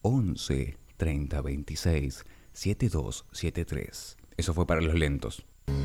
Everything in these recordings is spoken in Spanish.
11 30 26 7273. Eso fue para los lentos.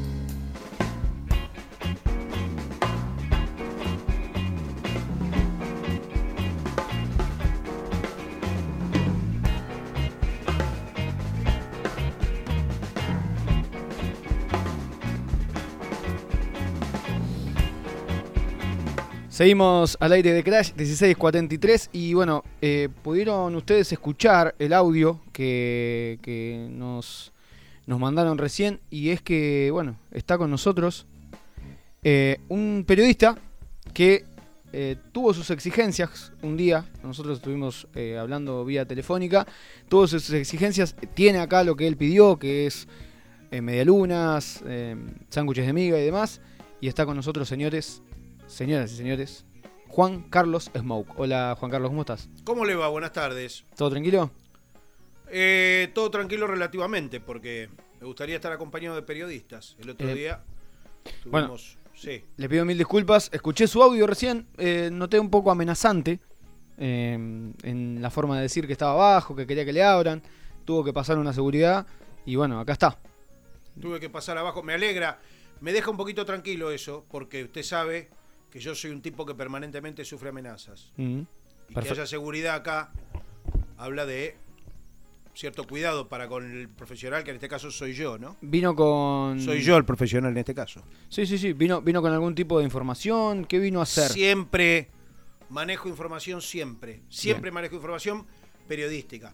Seguimos al aire de Crash 1643 y bueno, pudieron ustedes escuchar el audio que nos mandaron recién, y es que, bueno, está con nosotros un periodista que tuvo sus exigencias un día. Nosotros estuvimos hablando vía telefónica, tuvo sus exigencias, tiene acá lo que él pidió, que es medialunas, sándwiches de miga y demás, y está con nosotros, señoras y señores, Juan Carlos Smoke. Hola, Juan Carlos, ¿cómo estás? ¿Cómo le va? Buenas tardes. ¿Todo tranquilo? Todo tranquilo relativamente, porque me gustaría estar acompañado de periodistas. El otro día tuvimos... Bueno, sí. Le pido mil disculpas. Escuché su audio recién, noté un poco amenazante en la forma de decir que estaba abajo, que quería que le abran. Tuvo que pasar una seguridad y bueno, acá está. Tuve que pasar abajo. Me alegra, me deja un poquito tranquilo eso, porque usted sabe que yo soy un tipo que permanentemente sufre amenazas. Y que haya seguridad acá habla de cierto cuidado para con el profesional, que en este caso soy yo, ¿no? Soy yo el profesional en este caso. Sí. Vino con algún tipo de información. ¿Qué vino a hacer? Siempre manejo información, siempre manejo información periodística.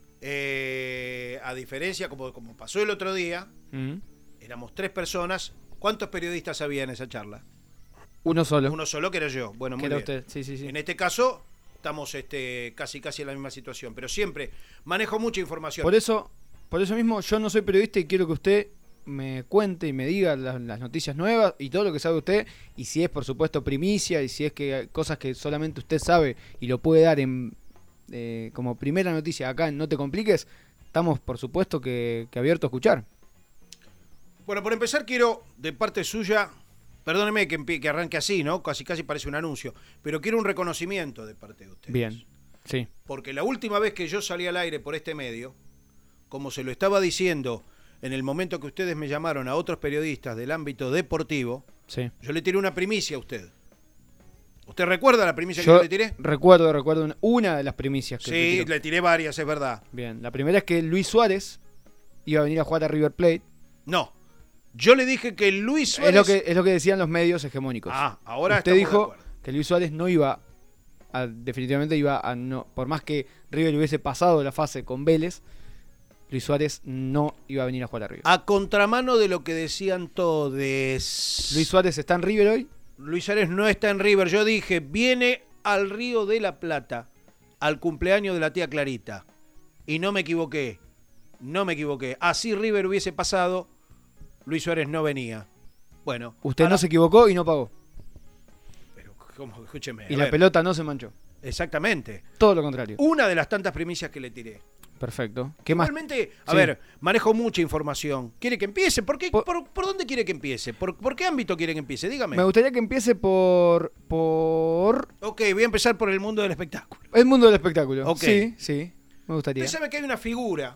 A diferencia, como pasó el otro día, éramos 3 personas. ¿Cuántos periodistas había en esa charla? Uno solo. Uno solo, que era yo. Bueno, muy bien. Usted. Sí. En este caso estamos casi en la misma situación, pero siempre manejo mucha información. Por eso mismo yo no soy periodista y quiero que usted me cuente y me diga las noticias nuevas y todo lo que sabe usted, y si es por supuesto primicia, y si es que hay cosas que solamente usted sabe y lo puede dar como primera noticia acá en No Te Compliques, estamos por supuesto que abiertos a escuchar. Bueno, por empezar quiero, de parte suya, perdóneme que arranque así, ¿no? Casi parece un anuncio, pero quiero un reconocimiento de parte de ustedes. Bien, sí. Porque la última vez que yo salí al aire por este medio, como se lo estaba diciendo en el momento que ustedes me llamaron a otros periodistas del ámbito deportivo, sí, yo le tiré una primicia a usted. ¿Usted recuerda la primicia que yo le tiré? Recuerdo una de las primicias que sí, le tiré varias, es verdad. Bien, la primera es que Luis Suárez iba a venir a jugar a River Plate. No. Yo le dije que Luis Suárez... Es lo que decían los medios hegemónicos. Ahora usted dijo que Luis Suárez no iba definitivamente iba a no, por más que River hubiese pasado la fase con Vélez, Luis Suárez no iba a venir a jugar a River. A contramano de lo que decían todos. ¿Luis Suárez está en River hoy? Luis Suárez no está en River. Yo dije, viene al Río de la Plata, al cumpleaños de la tía Clarita. Y no me equivoqué. Así River hubiese pasado, Luis Suárez no venía. Bueno. Usted no se equivocó y no pagó. Pero, ¿cómo? Escúcheme. Y la pelota no se manchó. Exactamente. Todo lo contrario. Una de las tantas primicias que le tiré. Perfecto. ¿Qué más? Igualmente, a ver, manejo mucha información. ¿Quiere que empiece? ¿Por dónde quiere que empiece? ¿Por qué ámbito quiere que empiece? Dígame. Me gustaría que empiece por... Ok, voy a empezar por el mundo del espectáculo. El mundo del espectáculo. Okay. Sí, me gustaría. Usted sabe que hay una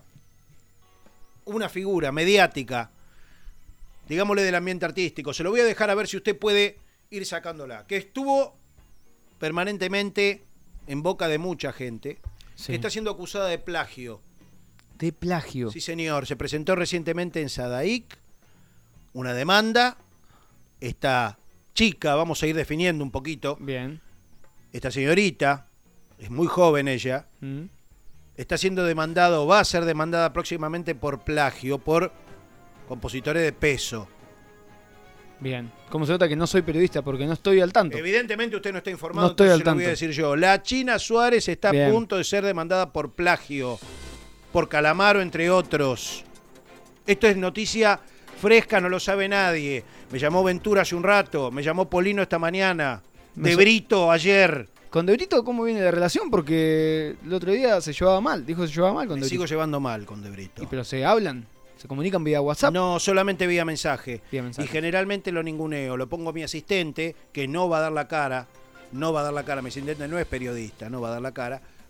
figura mediática, digámosle del ambiente artístico, se lo voy a dejar a ver si usted puede ir sacándola, que estuvo permanentemente en boca de mucha gente, que está siendo acusada de plagio. ¿De plagio? Sí, señor. Se presentó recientemente en Sadaic una demanda. Esta chica, vamos a ir definiendo un poquito. Bien. Esta señorita, es muy joven ella, está siendo demandada o va a ser demandada próximamente por plagio, por compositores de peso. Bien. ¿Cómo se nota que no soy periodista? Porque no estoy al tanto. Evidentemente usted no está informado, no estoy entonces al se lo tanto. voy a decir yo. La China Suárez está a punto de ser demandada por plagio, por Calamaro, entre otros. Esto es noticia fresca, no lo sabe nadie. Me llamó Ventura hace un rato, me llamó Polino esta mañana, De Brito ayer. ¿Con De Brito cómo viene la relación? Porque el otro día se llevaba mal, dijo que se llevaba mal con De Brito. Sigo llevando mal con De Brito. ¿Pero se hablan? ¿Se comunican vía WhatsApp? No, solamente vía mensaje. Y generalmente lo ninguneo, lo pongo a mi asistente, que no va a dar la cara, mi asistente no es periodista, no va a dar la cara,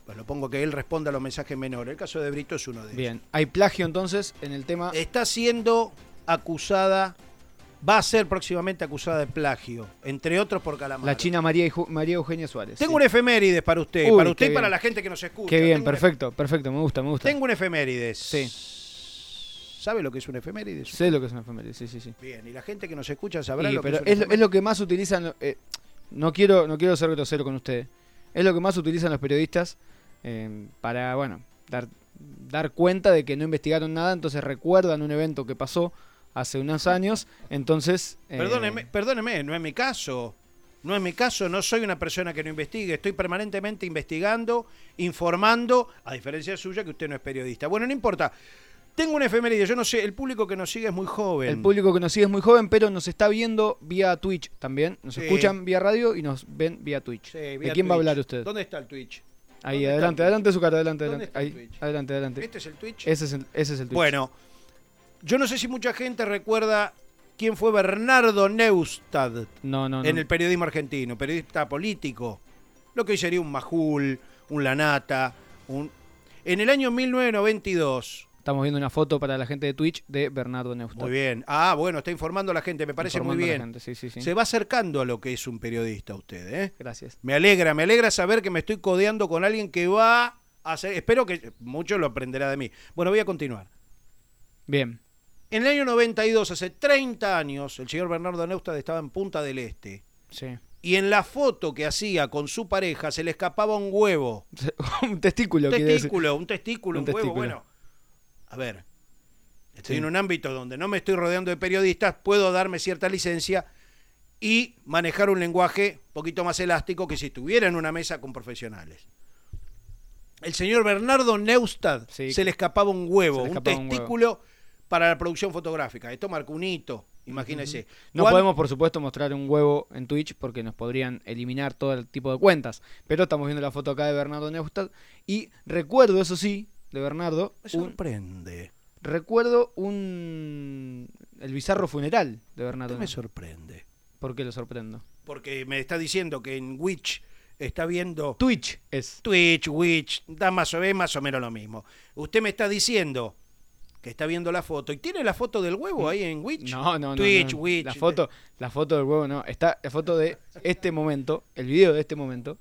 lo pongo que él responda a los mensajes menores. El caso de Brito es uno de ellos. Bien, hay plagio entonces en el tema. Está siendo acusada, va a ser próximamente acusada de plagio, entre otros por Calamaro. La china María Eugenia Suárez. Tengo un efemérides para usted, Uy, y para la gente que nos escucha. Qué bien, perfecto, me gusta. Tengo un efemérides. Sí. ¿Sabe lo que es un efemérides? Sé lo que es un efemérides, sí. Bien, y la gente que nos escucha sabrá lo que pero es un efemérides. es lo que más utilizan, no quiero ser grosero con ustedes, es lo que más utilizan los periodistas para, bueno, dar cuenta de que no investigaron nada, entonces recuerdan un evento que pasó hace unos años, entonces... Perdóneme, no es mi caso. No es mi caso, no soy una persona que no investigue, estoy permanentemente investigando, informando, a diferencia suya que usted no es periodista. Bueno, no importa. Tengo un efeméride, yo no sé, el público que nos sigue es muy joven. El público que nos sigue es muy joven, pero nos está viendo vía Twitch también. Nos escuchan vía radio y nos ven vía Twitch. Sí, vía ¿De quién Twitch. va a hablar usted? ¿Dónde está el Twitch? Ahí, adelante su cara, adelante. Ahí, adelante. ¿Este es el Twitch? Ese es el Twitch. Bueno, yo no sé si mucha gente recuerda quién fue Bernardo Neustadt no. en el periodismo argentino, periodista político. Lo que hoy sería un Majul, un Lanata, En el año 1992... Estamos viendo una foto para la gente de Twitch de Bernardo Neustadt. Muy bien. Bueno, está informando a la gente, me parece muy bien. Gente, sí. Se va acercando a lo que es un periodista usted, ¿eh? Gracias. Me alegra saber que me estoy codeando con alguien que va a hacer... Espero que mucho lo aprenderá de mí. Bueno, voy a continuar. Bien. En el año 92, hace 30 años, el señor Bernardo Neustadt estaba en Punta del Este. Sí. Y en la foto que hacía con su pareja se le escapaba un huevo. Un testículo. Un testículo, un huevo. Bueno, a ver, estoy en un ámbito donde no me estoy rodeando de periodistas, puedo darme cierta licencia y manejar un lenguaje un poquito más elástico que si estuviera en una mesa con profesionales. El señor Bernardo Neustadt se le escapaba un huevo, un testículo para la producción fotográfica. Esto marcó un hito, imagínese. No podemos, por supuesto, mostrar un huevo en Twitch porque nos podrían eliminar todo el tipo de cuentas. Pero estamos viendo la foto acá de Bernardo Neustadt y recuerdo, eso sí, de Bernardo. Me sorprende. Recuerdo el bizarro funeral de Bernardo. Me sorprende. ¿Por qué lo sorprendo? Porque me está diciendo que en Witch está viendo... Twitch, Witch, da más o menos lo mismo. Usted me está diciendo que está viendo la foto. ¿Y tiene la foto del huevo ahí en Witch? No. Twitch, no. Witch. La foto del huevo no. Está la foto de este momento, el video de este momento.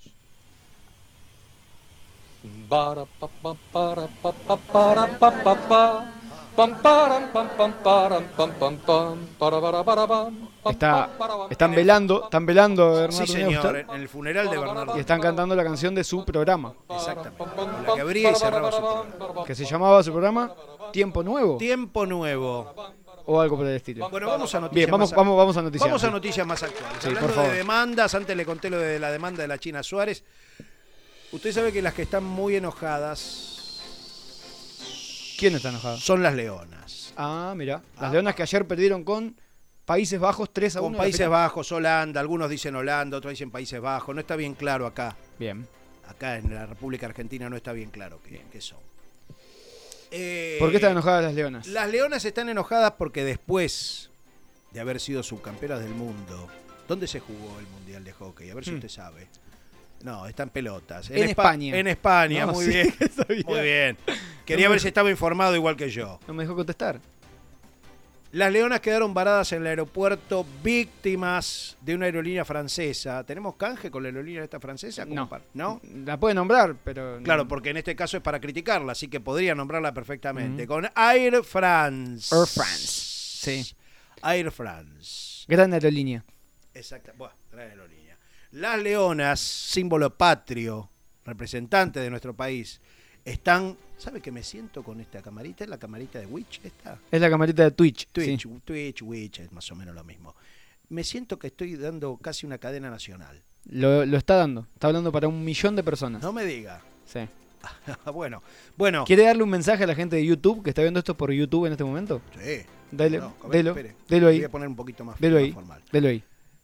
Están velando Bernardo sí, señor, Neustadt, en el funeral de Bernardo. y están cantando la canción de su programa. Exactamente, con la que abría y cerraba su programa. Que se llamaba su programa Tiempo Nuevo. Tiempo Nuevo. O algo por el estilo. Bueno, vamos a noticias. Bien, vamos a noticias. Vamos a noticias más actuales. Sí, Hablando por favor. de demandas, antes le conté lo de la demanda de la China Suárez. Usted sabe que las que están muy enojadas... ¿Quién está enojado? Son las leonas. Ah, mira. Las leonas que ayer perdieron con Países Bajos 3-1. Con Países Bajos, Holanda. Algunos dicen Holanda, otros dicen Países Bajos. No está bien claro acá. Bien. Acá en la República Argentina no está bien claro qué son. ¿Por qué están enojadas las leonas? Las leonas están enojadas porque después de haber sido subcampeonas del mundo, ¿dónde se jugó el Mundial de Hockey? A ver si usted sabe. No, están pelotas. En España. En España, No, muy sí, bien. Muy bien. Quería ver si estaba informado igual que yo. No me dejó contestar. Las leonas quedaron varadas en el aeropuerto víctimas de una aerolínea francesa. ¿Tenemos canje con la aerolínea esta francesa? No. La puede nombrar, pero... Claro, porque en este caso es para criticarla, así que podría nombrarla perfectamente. Con Air France. Air France. Sí. Air France. Gran aerolínea. Exacto. Bueno, gran aerolínea. Las leonas, símbolo patrio, representante de nuestro país, están... ¿Sabe que me siento con esta camarita? ¿Es la camarita de Witch esta? Es la camarita de Twitch. Twitch, sí. Twitch, Witch, es más o menos lo mismo. Me siento que estoy dando casi una cadena nacional. Lo está dando. Está hablando para 1 millón de personas. No me diga. Sí. Bueno. ¿Quiere darle un mensaje a la gente de YouTube que está viendo esto por YouTube en este momento? Sí. Delo ahí. Voy a poner un poquito más formal. Delo ahí.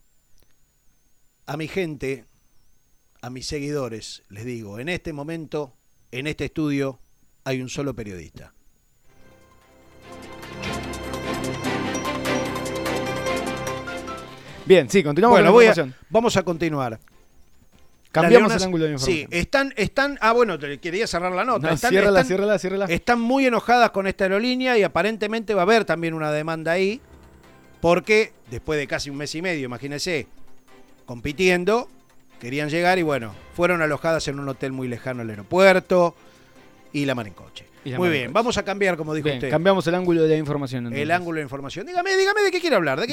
A mi gente, a mis seguidores, les digo, en este momento, en este estudio, hay un solo periodista. Bien, sí, continuamos con la información. Vamos a continuar. Cambiamos el ángulo de información. Sí, están. Bueno, te quería cerrar la nota. No, ciérrala. Están muy enojadas con esta aerolínea y aparentemente va a haber también una demanda ahí, porque después de casi un mes y medio, imagínense, compitiendo, querían llegar y bueno, fueron alojadas en un hotel muy lejano al aeropuerto y la mar en coche. Muy bien, vamos a cambiar, como dijo usted. Cambiamos el ángulo de la información. Entonces. El ángulo de información. Dígame de qué quiere hablar,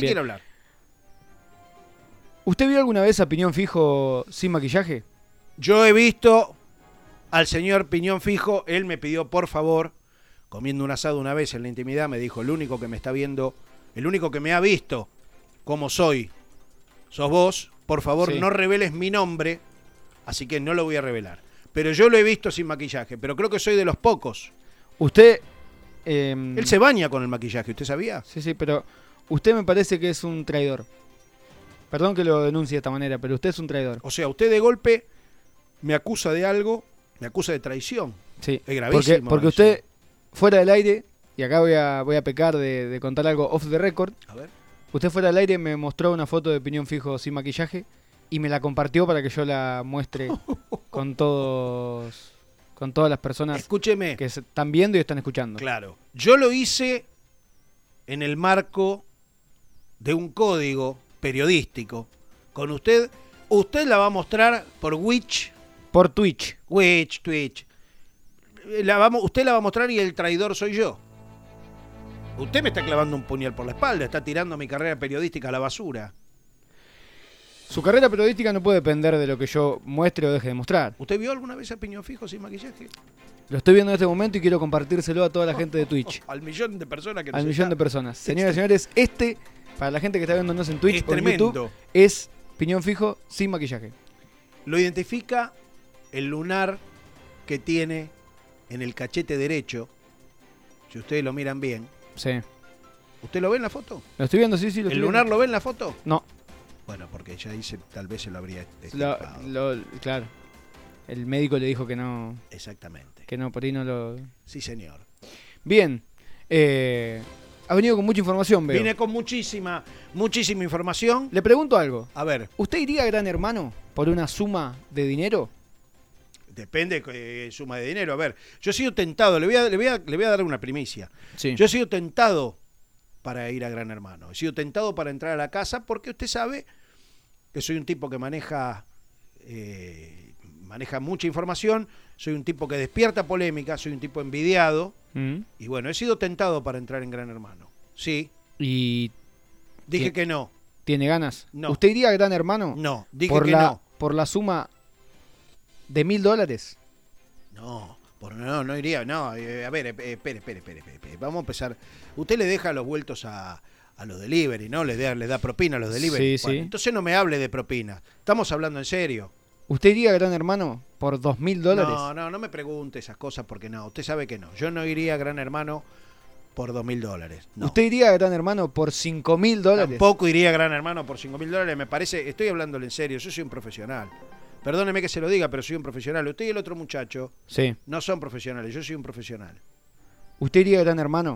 ¿Usted vio alguna vez a Piñón Fijo sin maquillaje? Yo he visto al señor Piñón Fijo, él me pidió por favor, comiendo un asado una vez en la intimidad, me dijo, el único que me está viendo, el único que me ha visto como soy, sos vos, por favor no reveles mi nombre, así que no lo voy a revelar. Pero yo lo he visto sin maquillaje, pero creo que soy de los pocos. Usted... Él se baña con el maquillaje, ¿usted sabía? Sí, pero usted me parece que es un traidor. Perdón que lo denuncie de esta manera, pero usted es un traidor. O sea, usted de golpe me acusa de algo, me acusa de traición. Sí, es gravísimo. Porque usted, fuera del aire, y acá voy a pecar de contar algo off the record. A ver. Usted fuera del aire me mostró una foto de Piñón Fijo sin maquillaje y me la compartió para que yo la muestre con todas las personas. Escúcheme. Que se están viendo y están escuchando. Claro. Yo lo hice en el marco de un código periodístico. Con usted la va a mostrar por Twitch. Por Twitch. Twitch. Usted la va a mostrar y el traidor soy yo. Usted me está clavando un puñal por la espalda, está tirando mi carrera periodística a la basura. Su carrera periodística no puede depender de lo que yo muestre o deje de mostrar. ¿Usted vio alguna vez a Piñón Fijo sin maquillaje? Lo estoy viendo en este momento y quiero compartírselo a toda la gente de Twitch. Al millón de personas que nos Al millón de personas. Señoras y señores, para la gente que está viéndonos en Twitch o en YouTube, es Piñón Fijo sin maquillaje. Lo identifica el lunar que tiene en el cachete derecho. Si ustedes lo miran bien. Sí. ¿Usted lo ve en la foto? Lo estoy viendo, sí. ¿El lunar lo ve en la foto? No. Bueno, porque ella dice, tal vez se lo habría claro. El médico le dijo que no. Exactamente. Que no, por ahí no lo... Sí, señor. Bien. Ha venido con mucha información, veo. Vine con muchísima información. Le pregunto algo. A ver. ¿Usted iría a Gran Hermano por una suma de dinero? Depende de suma de dinero. A ver, yo he sido tentado, le voy a dar una primicia. Sí. Yo he sido tentado para ir a Gran Hermano. He sido tentado para entrar a la casa porque usted sabe que soy un tipo que maneja mucha información, soy un tipo que despierta polémica, soy un tipo envidiado. Y bueno, he sido tentado para entrar en Gran Hermano. Sí. Y dije que no. ¿Tiene ganas? No. ¿Usted iría a Gran Hermano? No, dije que no. ¿Por la suma de $1.000? No iría. No, a ver, espere. Vamos a empezar. Usted le deja los vueltos a los delivery, ¿no? Les da propina a los delivery. Sí, sí. Entonces no me hable de propina. Estamos hablando en serio. ¿Usted iría a Gran Hermano por $2.000? No me pregunte esas cosas porque no. Usted sabe que no. Yo no iría a Gran Hermano por $2.000. No. ¿Usted iría a Gran Hermano por $5.000? Tampoco iría a Gran Hermano por $5.000. Me parece, estoy hablándole en serio. Yo soy un profesional. Perdóneme que se lo diga, pero soy un profesional. Usted y el otro muchacho no son profesionales. Yo soy un profesional. ¿Usted iría a Gran Hermano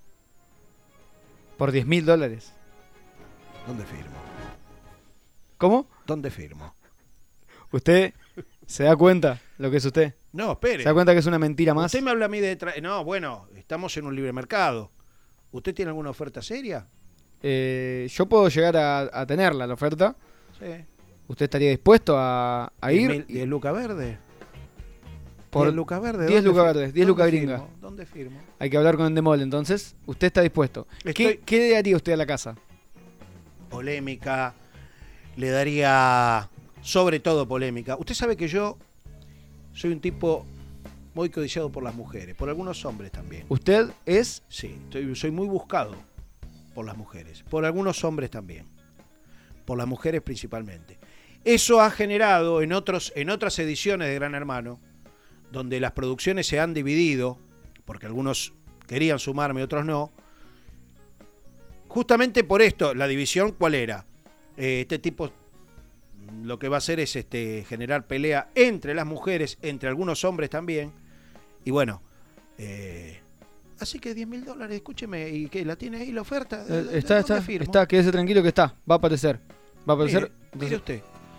por $10.000? ¿Dónde firmo? ¿Cómo? ¿Dónde firmo? ¿Usted se da cuenta lo que es usted? No, espere. ¿Se da cuenta que es una mentira más? Usted me habla a mí de... No, bueno, estamos en un libre mercado. ¿Usted tiene alguna oferta seria? Yo puedo llegar a tenerla, la oferta. Sí. ¿Usted estaría dispuesto a ir? ¿Y el Luca Verde? Por ¿10 lucas verdes? 10 lucas verdes, 10 lucas gringas. ¿Dónde firmo? Hay que hablar con Endemol, entonces. ¿Usted está dispuesto? ¿Qué le daría usted a la casa? Polémica. Le daría... Sobre todo polémica. Usted sabe que yo soy un tipo muy codiciado por las mujeres, por algunos hombres también. ¿Usted es? Sí, soy muy buscado por las mujeres, por algunos hombres también, por las mujeres principalmente. Eso ha generado en otras ediciones de Gran Hermano, donde las producciones se han dividido, porque algunos querían sumarme, otros no. Justamente por esto, la división, ¿cuál era? Este tipo lo que va a hacer es generar pelea entre las mujeres, entre algunos hombres también. Y bueno, así que $10.000, escúcheme, ¿y qué? ¿La tiene ahí la oferta? Está, quédese tranquilo que está, va a aparecer. Mire usted.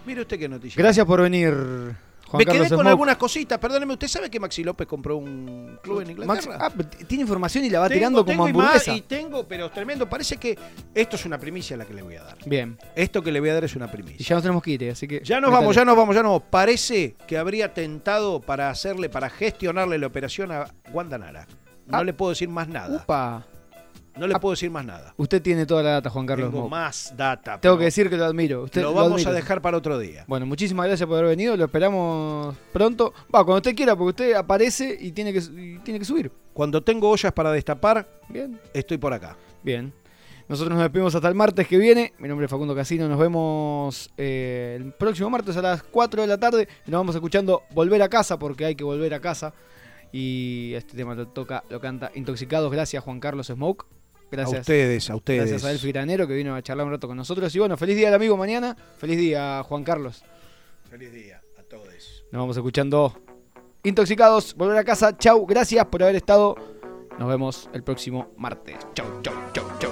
Mire usted qué noticia. Gracias por venir, Juan Me Carlos quedé con Smoke. algunas cositas. Perdóneme, ¿usted sabe que Maxi López compró un club en Inglaterra? Tiene información y la va tirando como y más, hamburguesa. y tengo, pero tremendo. Parece que esto es una primicia la que le voy a dar. Bien. Esto que le voy a dar es una Y primicia. ya nos tenemos que ir, así que... Ya nos vamos. Parece que habría tentado para gestionarle la operación a Wanda Nara. No le puedo decir más nada. Upa. No le puedo decir más nada. Usted tiene toda la data, Juan Carlos Tengo Smoke. más data. Tengo pero que decir que lo admiro. Usted lo vamos admiro. a dejar para otro día. Bueno, muchísimas gracias por haber venido. Lo esperamos pronto. Cuando usted quiera, porque usted aparece y tiene que subir. Cuando tengo ollas para destapar, Bien. estoy por acá. Bien. Nosotros nos despedimos hasta el martes que viene. Mi nombre es Facundo Casino. Nos vemos el próximo martes a las 4 de la tarde. Y nos vamos escuchando Volver a Casa, porque hay que volver a casa. Y este tema lo canta Intoxicados. Gracias, Juan Carlos Smoke. Gracias. A ustedes. Gracias a Elfi Granero, que vino a charlar un rato con nosotros. Y bueno, feliz día al amigo mañana. Feliz día, Juan Carlos. Feliz día a todos. Nos vamos escuchando Intoxicados, Volver a Casa. Chau, gracias por haber estado. Nos vemos el próximo martes. Chau, chau, chau, chau.